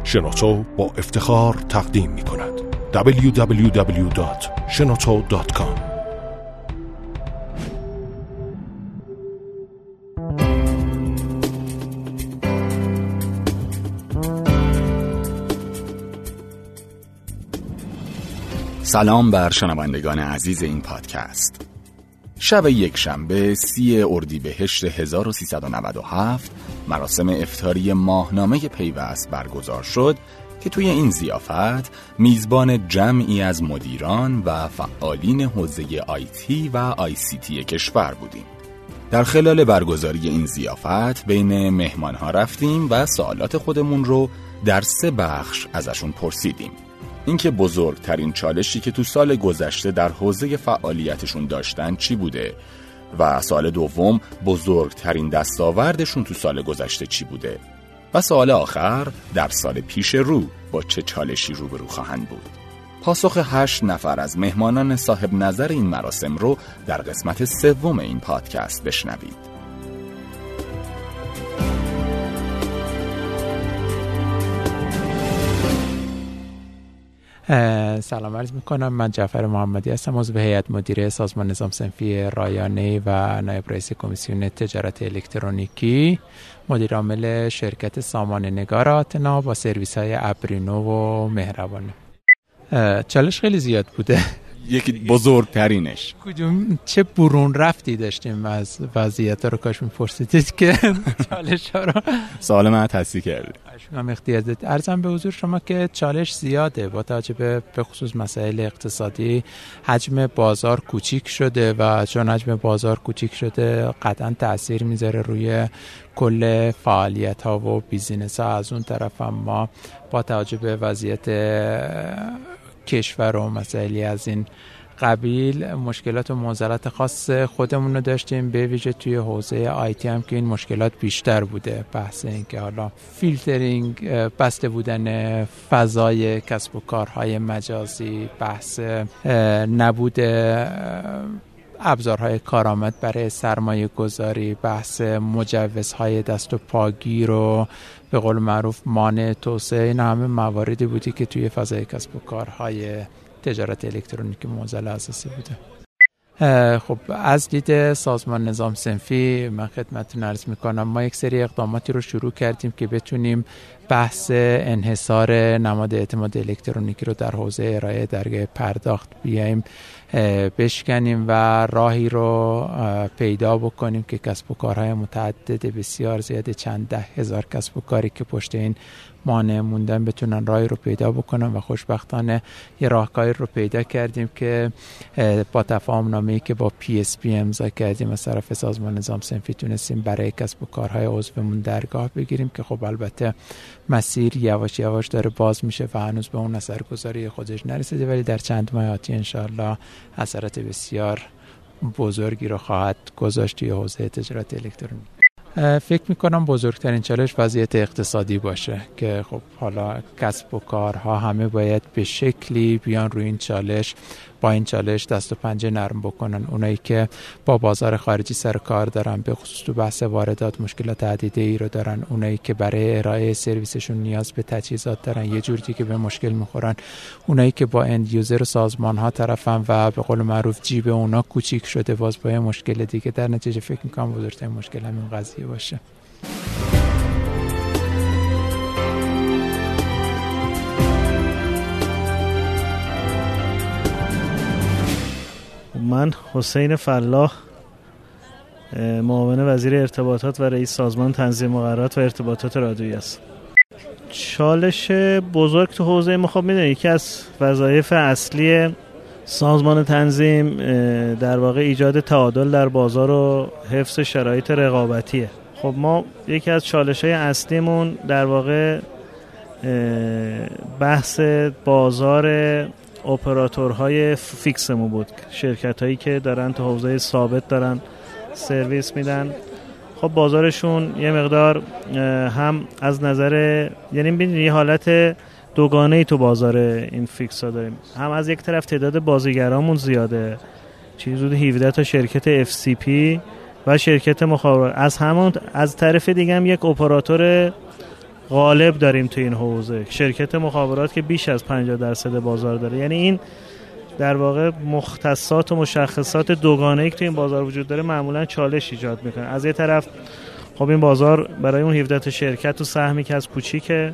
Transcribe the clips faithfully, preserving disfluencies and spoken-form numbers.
شنوتو با افتخار تقدیم می کند دبلیو دبلیو دبلیو دات شنوتو دات کام. سلام بر شنوندگان عزیز این پادکست. شب یک شنبه سی اردیبهشت هزار و سیصد و نود و هفت مراسم افطاری ماهنامه پیوست برگزار شد که توی این ضیافت میزبان جمعی از مدیران و فعالین حوزه آیتی و آی سی تی کشور بودیم. در خلال برگزاری این ضیافت بین مهمانها رفتیم و سوالات خودمون رو در سه بخش ازشون پرسیدیم. اینکه بزرگترین چالشی که تو سال گذشته در حوزه فعالیتشون داشتن چی بوده و سوال دوم بزرگترین دستاوردشون تو سال گذشته چی بوده و سوال آخر در سال پیش رو با چه چالشی روبرو خواهند بود. پاسخ هشت نفر از مهمانان صاحب نظر این مراسم رو در قسمت سوم این پادکست بشنوید. سلام عرض میکنم. من جعفر محمدی هستم، عضو هیئت مدیره سازمان نظام صنفی رایانه و نایب رئیس کمیسیون تجارت الکترونیکی، مدیر عامل شرکت سامان نگار آتنا با سرویس های ابرینو و مهربانه. چالش خیلی زیاد بوده. یکی بزرگترینش کدوم چه برون رفتی داشتیم از وضعیت رو کاش میپرسیدید که چالش ها رو سوال من تصحیح کردید. هم اختیار داد. عرضم به حضور شما که چالش زیاده با توجه به به خصوص مسائل اقتصادی. حجم بازار کوچیک شده و چون حجم بازار کوچیک شده قطعا تأثیر میذاره روی کل فعالیت ها و بیزینس ها. از اون طرف هم ما با توجه به وضعیت کشور و مسائلی از این قبیل مشکلات و معضلات خاص خودمون رو داشتیم، به ویژه توی حوزه آیتی هم که این مشکلات بیشتر بوده. بحث این که حالا فیلترینگ، بسته بودن فضای کسب و کارهای مجازی، بحث نبود ابزارهای کارآمد برای سرمایه گذاری، بحث مجوزهای دست و پاگیر و به قول معروف مانع توسعه، این همه مواردی بودی که توی فضای کسب و کارهای تجارت الکترونیکی معضل اساسی بوده. خب از دید سازمان نظام صنفی من خدمتتون عرض میکنم ما یک سری اقداماتی رو شروع کردیم که بتونیم بحث انحصار نماد اعتماد الکترونیکی رو در حوزه ارائه درگاه پرداخت بیایم بشکنیم و راهی رو پیدا بکنیم که کسب و کارهای متعدد بسیار زیاده، چند ده هزار کسب و کاری که پشت این مانع موندن بتونن راهی رو پیدا بکنن و خوشبختانه یه راهکاری رو پیدا کردیم که با تفاهم نامه‌ای که با پی اس پی امضا کردیم از طرف سازمان نظام صنفی تونستیم برای کسب و کارهای عضومون درگاه بگیریم که خب البته مسیر یواش یواش داره باز میشه و هنوز به اون اثرگذاری خودش نرسیده، ولی در چند ماه آتی انشاءالله اثرات بسیار بزرگی رو خواهد گذاشت توی حوزه تجارت الکترونیکی. فکر میکنم بزرگترین چالش وضعیت اقتصادی باشه که خب حالا کسب و کارها همه باید به شکلی بیان روی این چالش، با این چالش دست و پنجه نرم بکنن. اونایی که با بازار خارجی سر کار دارن، به خصوص تو بحث واردات مشکلات عدیده ای رو دارن، اونایی که برای ارائه سرویسشون نیاز به تجهیزات دارن یه جوری که به مشکل میخورن، اونایی که با اند یوزر و سازمان ها طرفن و به قول معروف جیب اونا کوچیک شده باز با مشکل دیگه. در نتیجه فکر میکنم بزرگترین مشکل همین قضیه باشه. من حسین فلاح، معاون وزیر ارتباطات و رئیس سازمان تنظیم مقررات و ارتباطات رادیویی است. چالش بزرگ تو حوزه ما خب میدونید یکی از وظایف اصلی سازمان تنظیم در واقع ایجاد تعادل در بازار و حفظ شرایط رقابتیه. خب ما یکی از چالش‌های اصلیمون در واقع بحث بازار اپراتورهای فیکسمون بود، شرکت‌هایی که دارن تو حوزه ثابت دارن سرویس میدن. خب بازارشون یه مقدار هم از نظر یعنی ببینید یه حالت دوگانه‌ای تو بازار این فیکس ها داریم، هم از یک طرف تعداد بازیگرامون زیاده، چیزی حدود هفده تا شرکت اف سی پی و شرکت مخابرات، از همون از طرف دیگه هم یک اپراتور غالب داریم تو این حوزه، شرکت مخابرات که بیش از پنجاه درصد بازار داره. یعنی این در واقع مختصات و مشخصات دوگانه‌ای که تو این بازار وجود داره معمولا چالش ایجاد میکنه. از یه طرف خب این بازار برای اون هفده تا شرکت تو سهمی که از کوچیکه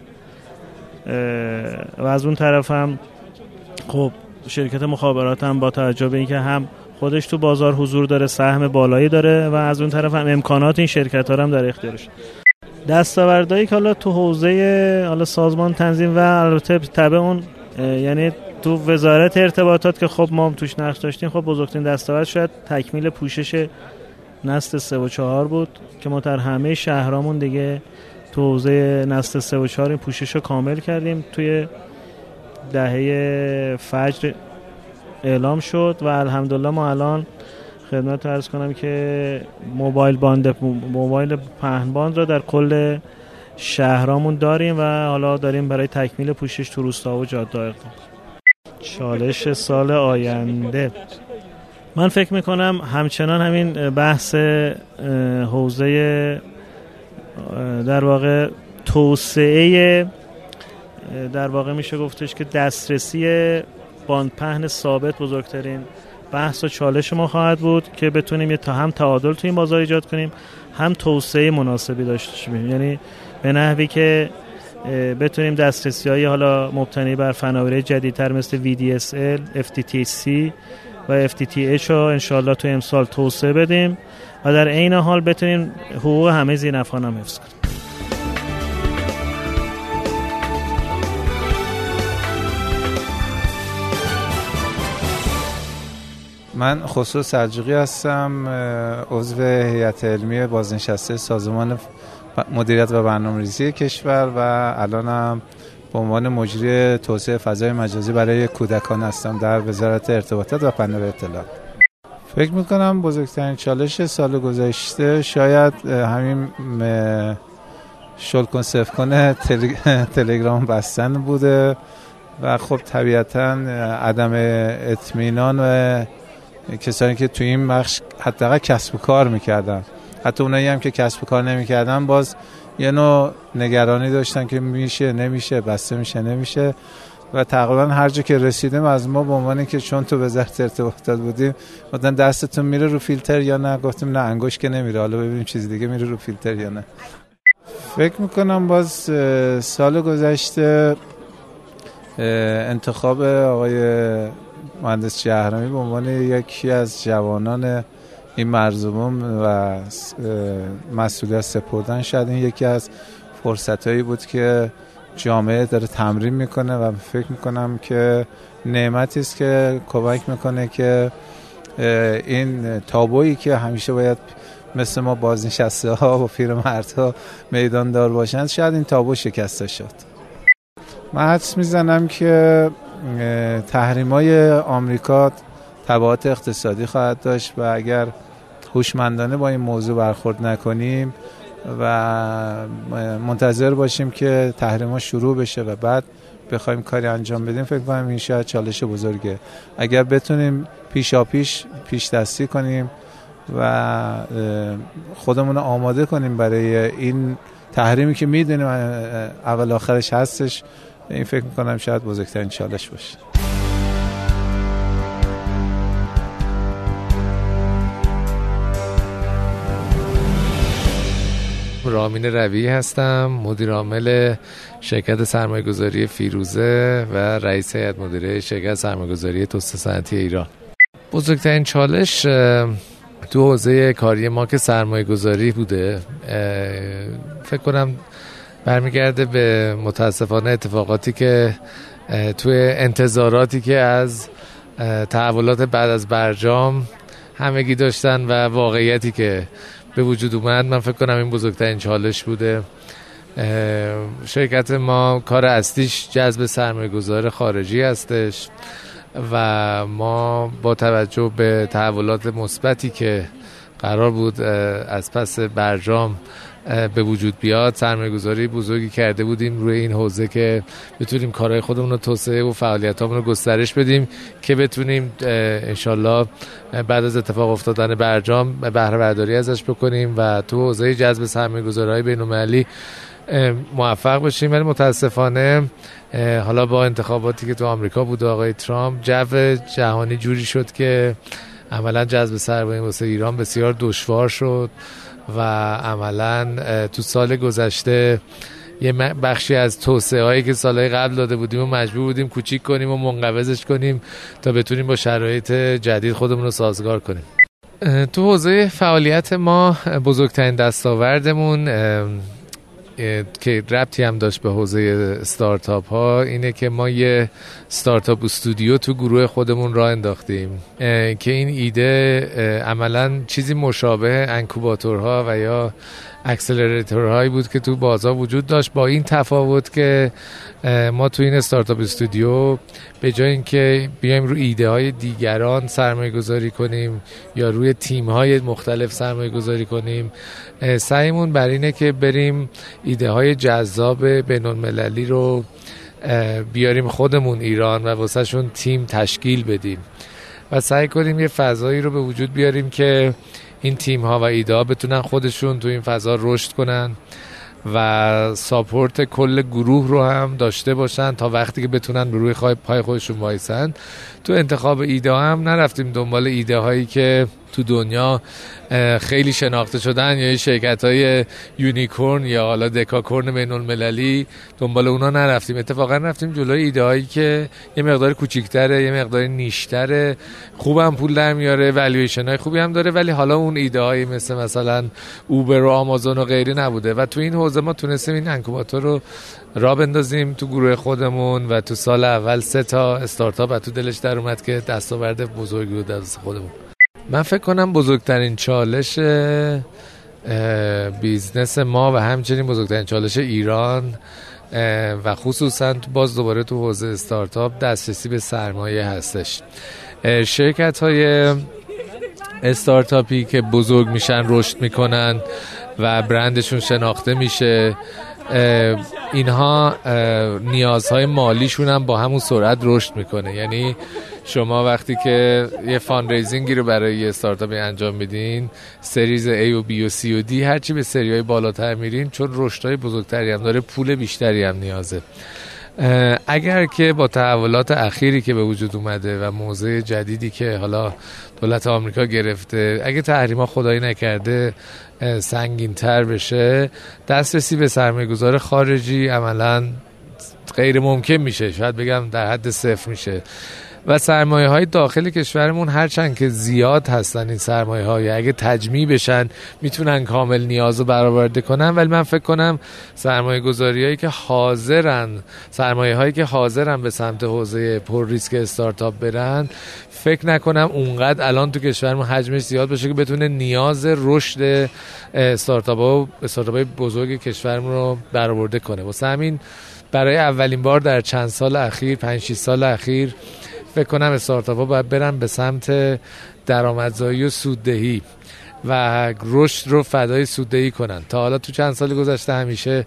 و از اون طرف هم خب شرکت مخابرات هم با توجه به اینکه هم خودش تو بازار حضور داره، سهم بالایی داره و از اون طرف هم امکانات این شرکت‌ها هم در اختیارش. دستاوردهایی که حالا تو حوزه حالا سازمان تنظیم و البته تبع اون یعنی تو وزارت ارتباطات که خب ما هم توش نقش داشتیم، خب بزرگترین دستاورد شاید تکمیل پوشش نسل سه و چهار بود که ما در همه شهرامون دیگه تو حوزه نسل سه و چهار این پوشش رو کامل کردیم. توی دهه فجر اعلام شد و الحمدلله ما الان خدمت عرض کنم که موبایل باند موبایل پهن باند رو در کل شهرامون داریم و حالا داریم برای تکمیل پوشش تو روستا و جاده اقدام. چالش سال آینده من فکر میکنم همچنان همین بحث حوزه در واقع توسعه در واقع میشه گفتش که دسترسی باند پهن ثابت بزرگترین بحث و چالش ما خواهد بود که بتونیم یه تا هم تعادل تو این بازار ایجاد کنیم، هم توسعه مناسبی داشته باشیم. یعنی به نحوی که بتونیم دسترسی‌های حالا مبتنی بر فناوری جدیدتر مثل وی دی اس ال، اف تی تی سی و اف تی تی اچ رو انشالله تو امسال توسعه بدیم و در عین حال بتونیم حقوق همه ذی‌نفعان هم حفظ کنیم. من خسرو سلجوقی هستم، عضو هیئت علمی بازنشسته سازمان مدیریت و برنامه‌ریزی کشور و الانم به عنوان مجری توسعه فضای مجازی برای کودکان هستم در وزارت ارتباطات و پنل اطلاعات. فکر میکنم بزرگترین چالش سال گذشته شاید همین شلکن سفکن تلگرام بستن بوده و خب طبیعتاً عدم اطمینان و کسانی که توی این بخش حداقل کسب و کار میکردن، حتی اونایی هم که کسب و کار نمیکردن باز یه نوع نگرانی داشتن که میشه نمیشه، بسته میشه نمیشه و تقریبا هر جا که رسیدیم از ما به عنوانی که چون تو وزارت ارتباطات بودیم مثلا دستتون میره رو فیلتر یا نه، گفتیم نه انگشت که نمیره، حالا ببینیم چیز دیگه میره رو فیلتر یا نه. فکر میکنم باز سال گذشته انتخاب آقای مهندس جهرمی به عنوان یکی از جوانان این مرزبان و مسئولیت سپردن شاید این یکی از فرصتایی بود که جامعه داره تمرین میکنه و فکر میکنم که نعمتی است که کمک میکنه که این تابویی که همیشه باید مثل ما بازنشسته ها و پیرمردها میدان دار باشند شاید این تابو شکسته شد. من حدس میزنم که تحریم‌های آمریکا تبعات اقتصادی خواهد داشت و اگر هوشمندانه با این موضوع برخورد نکنیم و منتظر باشیم که تحریم‌ها شروع بشه و بعد بخوایم کاری انجام بدیم، فکر کنم این شاید چالش بزرگه. اگر بتونیم پیشا پیش پیش دستی کنیم و خودمون رو آماده کنیم برای این تحریمی که میدونیم اول آخرش هستش، این فکر میکنم شاید بزرگترین چالش باشه. رامین روی هستم، مدیر عامل شرکت سرمایه‌گذاری فیروزه و رئیس هیئت مدیره شرکت سرمایه‌گذاری توسعه صنعتی ایران. بزرگترین چالش تو حوزه کاری ما که سرمایه‌گذاری بوده، فکر کنم برمیگرده به متاسفانه اتفاقاتی که توی انتظاراتی که از تحولات بعد از برجام همگی داشتن و واقعیتی که به وجود اومد، من فکر کنم این بزرگترین چالش بوده. شرکت ما کار اصلیش جذب سرمایه‌گذار خارجی هستش و ما با توجه به تحولات مثبتی که قرار بود از پس برجام به وجود بیاد، سرمایه‌گذاری بزرگی کرده بودیم روی این حوزه که بتونیم کارهای خودمون رو توسعه و فعالیتامون رو گسترش بدیم که بتونیم انشالله بعد از اتفاق افتادن برجام بهره برداری ازش بکنیم و تو حوزه جذب سرمایه‌گذارهای بین‌المللی موفق بشیم. ولی متاسفانه حالا با انتخاباتی که تو آمریکا بود آقای ترامپ، جو جهانی جوری شد که عملا جذب سرمایه واسه ایران بسیار دشوار شد و عملا تو سال گذشته یه بخشی از توسعه هایی که سالهای قبل داده بودیم و مجبور بودیم کوچیک کنیم و منقبضش کنیم تا بتونیم با شرایط جدید خودمون رو سازگار کنیم. تو حوزه فعالیت ما بزرگترین دستاوردمون که ربطی هم داشت به حوزه استارتاپ ها اینه که ما یه استارتاپ استودیو تو گروه خودمون راه انداختیم که این ایده عملاً چیزی مشابه انکوباتورها و یا اکسلراتورهایی بود که تو بازار وجود داشت، با این تفاوت که ما تو این استارتاپ استودیو به جای اینکه بیایم روی ایده های دیگران سرمایه گذاری کنیم یا روی تیم های مختلف سرمایه گذاری کنیم، سعیمون بر اینه که بریم ایده های جذاب بین المللی رو بیاریم خودمون ایران و واسه شون تیم تشکیل بدیم و سعی کنیم یه فضایی رو به وجود بیاریم که این تیم ها و ایده ها بتونن خودشون تو این فضا رشد کنن و ساپورت کل گروه رو هم داشته باشن تا وقتی که بتونن به روی پای خودشون وایسن. تو انتخاب ایده ها هم نرفتیم دنبال ایده هایی که تو دنیا خیلی شناخته شدن یا شرکت های یونیکورن یا حالا دکاکورن بین المللی، دنبال اونا نرفتیم. اتفاقا رفتیم جلوی ایده هایی که یه مقدار کوچیک‌تره، یه مقدار نیش‌تره، خوبم پول در میاره، والویشن های خوبی هم داره، ولی حالا اون ایده هایی مثل مثلا اوبر و آمازون و غیره نبوده و تو این حوزه ما تونستیم این انکوباتور رو را بندازیم تو گروه خودمون و تو سال اول سه تا استارتاپ تو دلش در اومد که دستاورد بزرگی بود دست خودمون. من فکر کنم بزرگترین چالش بیزنس ما و همچنین بزرگترین چالش ایران و خصوصا باز دوباره تو حوزه استارتاپ دسترسی به سرمایه هستش. شرکت های استارتاپی که بزرگ میشن، رشد میکنن و برندشون شناخته میشه، اینها نیازهای مالیشون هم با همون سرعت رشد میکنه. یعنی شما وقتی که یه فاندریزینگی رو برای یه استارتاپی انجام میدین، سریز A و B و C و D، هرچی به سریهای بالاتر میرین چون رشدهای بزرگتری هم داره پول بیشتری هم نیازه. اگر که با تحولات اخیری که به وجود اومده و موضع جدیدی که حالا دولت آمریکا گرفته، اگه تحریما خدایی نکرده سنگین تر بشه، دسترسی به سرمایه گذار خارجی عملاً غیر ممکن میشه، شاید بگم در حد صفر میشه و سرمایه های داخل کشورمون هرچند که زیاد هستن این سرمایه های، اگه تجمیع بشن میتونن کامل نیاز رو برآورده کنن، ولی من فکر کنم سرمایه گذاری هایی که حاضرن سرمایه هایی که حاضرن به سمت حوزه پر ریسک استارتاپ برن، فکر نکنم اونقدر الان تو کشورمون حجمش زیاد باشه که بتونه نیاز رشد استارتاپ ها استارتاپ های بزرگ کشورمون رو برآورده کنه. واسه همین برای اولین بار در چند سال اخیر، پنج شش سال اخیر، فکر کنم استارتاپ‌ها باید برن به سمت درآمدزایی و سوددهی و رشد رو فدای سوددهی کنن. تا حالا تو چند سال گذشته همیشه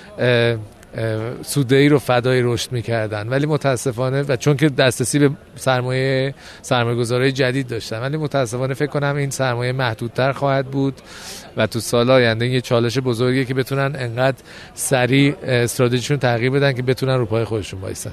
سوددهی رو فدای رشد می‌کردن، ولی متاسفانه و چون که دسترسی به سرمایه سرمایه‌گذاری جدید داشتن، ولی متاسفانه فکر کنم این سرمایه محدودتر خواهد بود و تو سال آینده یه چالش بزرگیه که بتونن انقدر سریع استراتژیشون تغییر بدن که بتونن رو پای خودشون وایسن.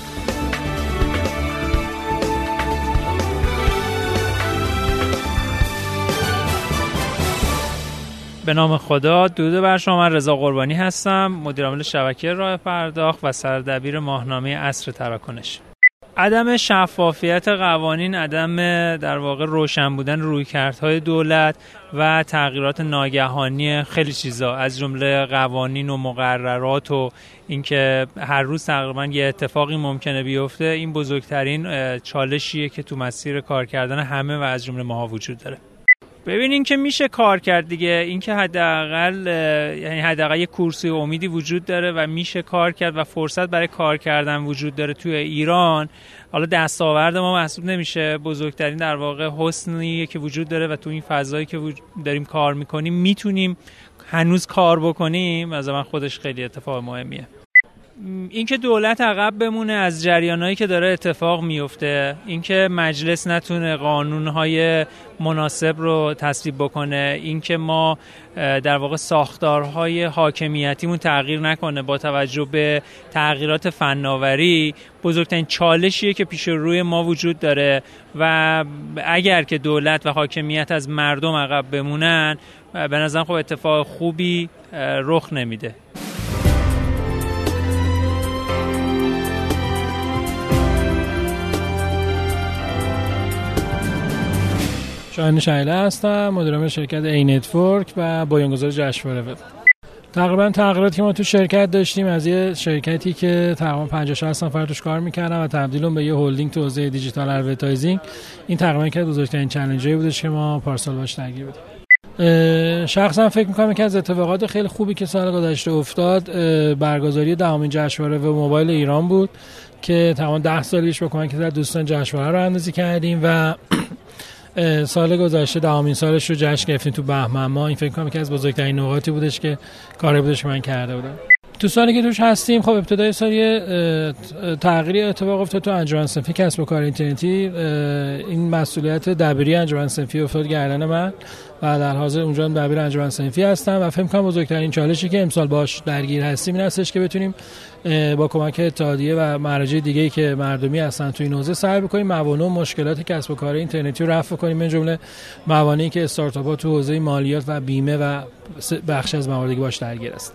به نام خدا، درود بر شما. من رضا قربانی هستم، مدیر عامل شبکه راه پرداخت و سردبیر ماهنامه عصر تراکنش. عدم شفافیت قوانین، عدم در واقع روشن بودن رویکردهای دولت و تغییرات ناگهانی خیلی چیزا از جمله قوانین و مقررات و اینکه هر روز تقریبا یه اتفاقی ممکنه بیفته، این بزرگترین چالشیه که تو مسیر کار کردن همه و از جمله ماها وجود داره. ببینین که میشه کار کرد دیگه، این که حداقل یعنی حداقل یه کورسی امیدی وجود داره و میشه کار کرد و فرصت برای کار کردن وجود داره توی ایران. حالا دستاورد ما محسوب نمیشه، بزرگترین در واقع حسنیه که وجود داره و تو این فضایی که داریم کار میکنیم میتونیم هنوز کار بکنیم. از من خودش خیلی اتفاق مهمیه. اینکه دولت عقب بمونه از جریانایی که داره اتفاق میفته، اینکه مجلس نتونه قانونهای مناسب رو تصویب بکنه، اینکه ما در واقع ساختارهای حاکمیتیمون تغییر نکنه با توجه به تغییرات فناوری، بزرگترین چالشیه که پیش روی ما وجود داره و اگر که دولت و حاکمیت از مردم عقب بمونن به نظرم خب اتفاق خوبی رخ نمیده. شاهین شایله هستم، مدیرعامل شرکت ای نتورک و بنیانگذار جشنواره وب. تقریبا تغییراتی که ما تو شرکت داشتیم از یه شرکتی که تقریبا پنجاه شصت نفر توش کار می‌کردن و تبدیل به یه هلدینگ تو حوزه دیجیتال ادورتایزینگ، این تقریبا یکی از بزرگترین چالش‌هایی بودش که ما پارسال باش درگیر بودیم. شخصا فکر می‌کنم که از اتفاقات خیلی خوبی که سال گذشته افتاد برگزاری دهمین جشنواره وب موبایل ایران بود که تقریبا ده سال پیش با کمک دوستان جشنواره رو اندازی کردیم و سال گذشته دهمین سالش رو جشن گرفتیم تو بهمن ماه. این فکر کنم که از بزرگترین نقاطی بودش که کاری بودش که من کرده بودم. تو سالی که توش هستیم خب ابتدای سال تغییری اتفاق افتاد تو انجمن صنفی کسب و کار اینترنتی. این مسئولیت دبیری انجمن صنفی افتاد گردن من و در حاضر اونجا دبیر انجمن صنفی هستم و فکر کنم بزرگترین چالشی که امسال باش درگیر هستیم این هستش که بتونیم با کمک اتحادیه و مراجع دیگه‌ای که مردمی هستن تو این حوزه سعی بکنیم موانع و مشکلات کسب و کار اینترنتی رو رفع کنیم، من جمله موانعی که استارتاپ‌ها تو حوزه مالیات و بیمه و بخش از مواردی که باش درگیر هستن.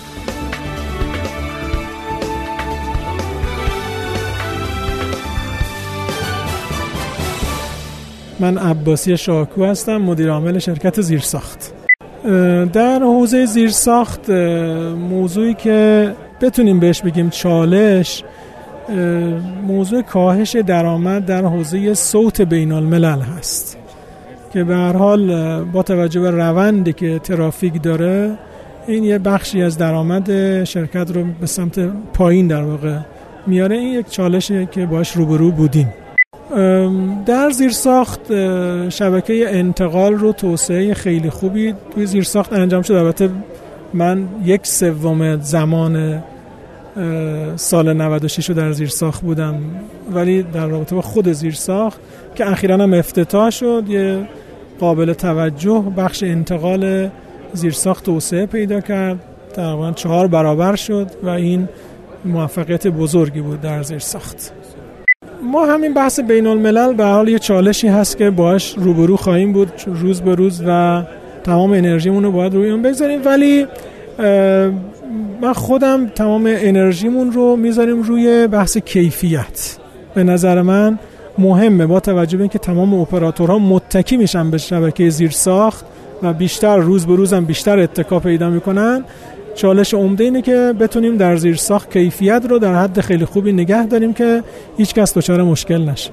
من عباسی شاکو هستم، مدیر عامل شرکت زیرساخت. در حوزه زیرساخت موضوعی که بتونیم بهش بگیم چالش، موضوع کاهش درآمد در حوزه صوت بین الملل هست که به هر حال با توجه به روندی که ترافیک داره این یه بخشی از درآمد شرکت رو به سمت پایین در واقع میاره. این یک چالشی که باش روبرو بودیم. در زیرساخت شبکه انتقال رو توسعه خیلی خوبی توی زیرساخت انجام شد. البته من یک سوم زمان سال نود و شش رو در زیرساخت بودم، ولی در رابطه با خود زیرساخت که اخیراً هم افتتاح شد یه قابل توجه بخش انتقال زیرساخت توسعه پیدا کرد، تقریباً چهار برابر شد و این موفقیت بزرگی بود در زیرساخت. ما همین بحث بین الملل به حال یه چالشی هست که باهاش روبرو خواهیم بود روز به روز و تمام انرژیمون رو باید روی اون بگذاریم، ولی من خودم تمام انرژیمون رو میذاریم روی بحث کیفیت. به نظر من مهمه با توجه به اینکه تمام اپراتورها متکی میشن به شبکه زیرساخت و بیشتر روز به روز هم بیشتر اتکا پیدا میکنن، چالش عمده اینه که بتونیم در زیرساخت کیفیت رو در حد خیلی خوبی نگه داریم که هیچ کس دچار مشکل نشه.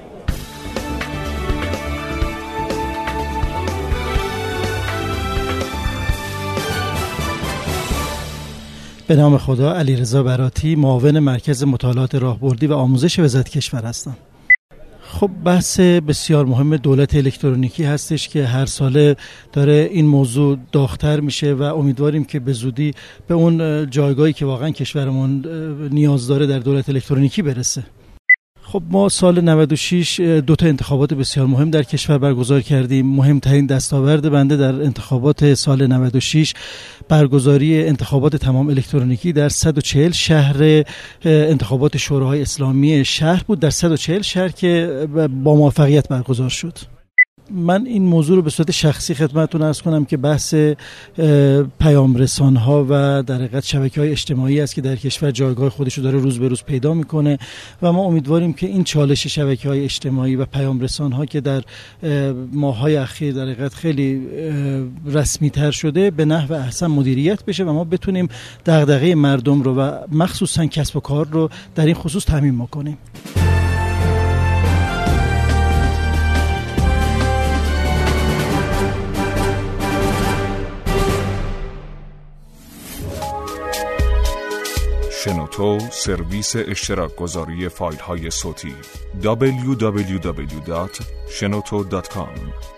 به نام خدا، علیرضا براتی، معاون مرکز مطالعات راهبردی و آموزش وزارت کشور هستم. خب بحث بسیار مهم دولت الکترونیکی هستش که هر ساله داره این موضوع داغ‌تر میشه و امیدواریم که به زودی به اون جایگاهی که واقعا کشورمون نیاز داره در دولت الکترونیکی برسه. خب ما سال نود و شش دو تا انتخابات بسیار مهم در کشور برگزار کردیم. مهمترین دستاورد بنده در انتخابات سال نود و شش برگزاری انتخابات تمام الکترونیکی در صد و چهل شهر انتخابات شوراهای اسلامی شهر بود، در صد و چهل شهر که با موفقیت برگزار شد. من این موضوع رو به صورت شخصی خدمتتون عرض کنم که بحث پیام رسان‌ها و در حقیقت شبکه‌های اجتماعی است که در کشور جایگاه خودش رو داره روز به روز پیدا میکنه و ما امیدواریم که این چالش شبکه‌های اجتماعی و پیام رسان‌ها که در ماه‌های اخیر در حقیقت خیلی رسمی‌تر شده به نحو احسن مدیریت بشه و ما بتونیم دغدغه مردم رو و مخصوصاً کسب و کار رو در این خصوص تامین کنیم. شنوتو، سرویس اشتراک گذاری فایل های صوتی دبلیو دبلیو دبلیو دات شنوتو دات کام